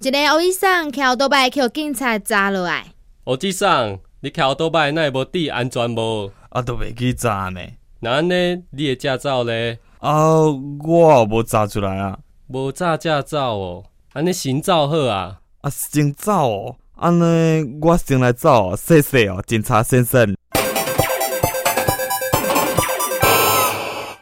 一个黑衣裳骑倒摆去警察抓落来。 黑机上，你骑倒摆哪会无注意安全无？ 都袂记查呢。 那安尼，你的驾照咧？ 我无查出来啊。 无查驾照哦，安尼先走好啊。 先走哦，安尼我先来走哦，谢谢哦，警察先生。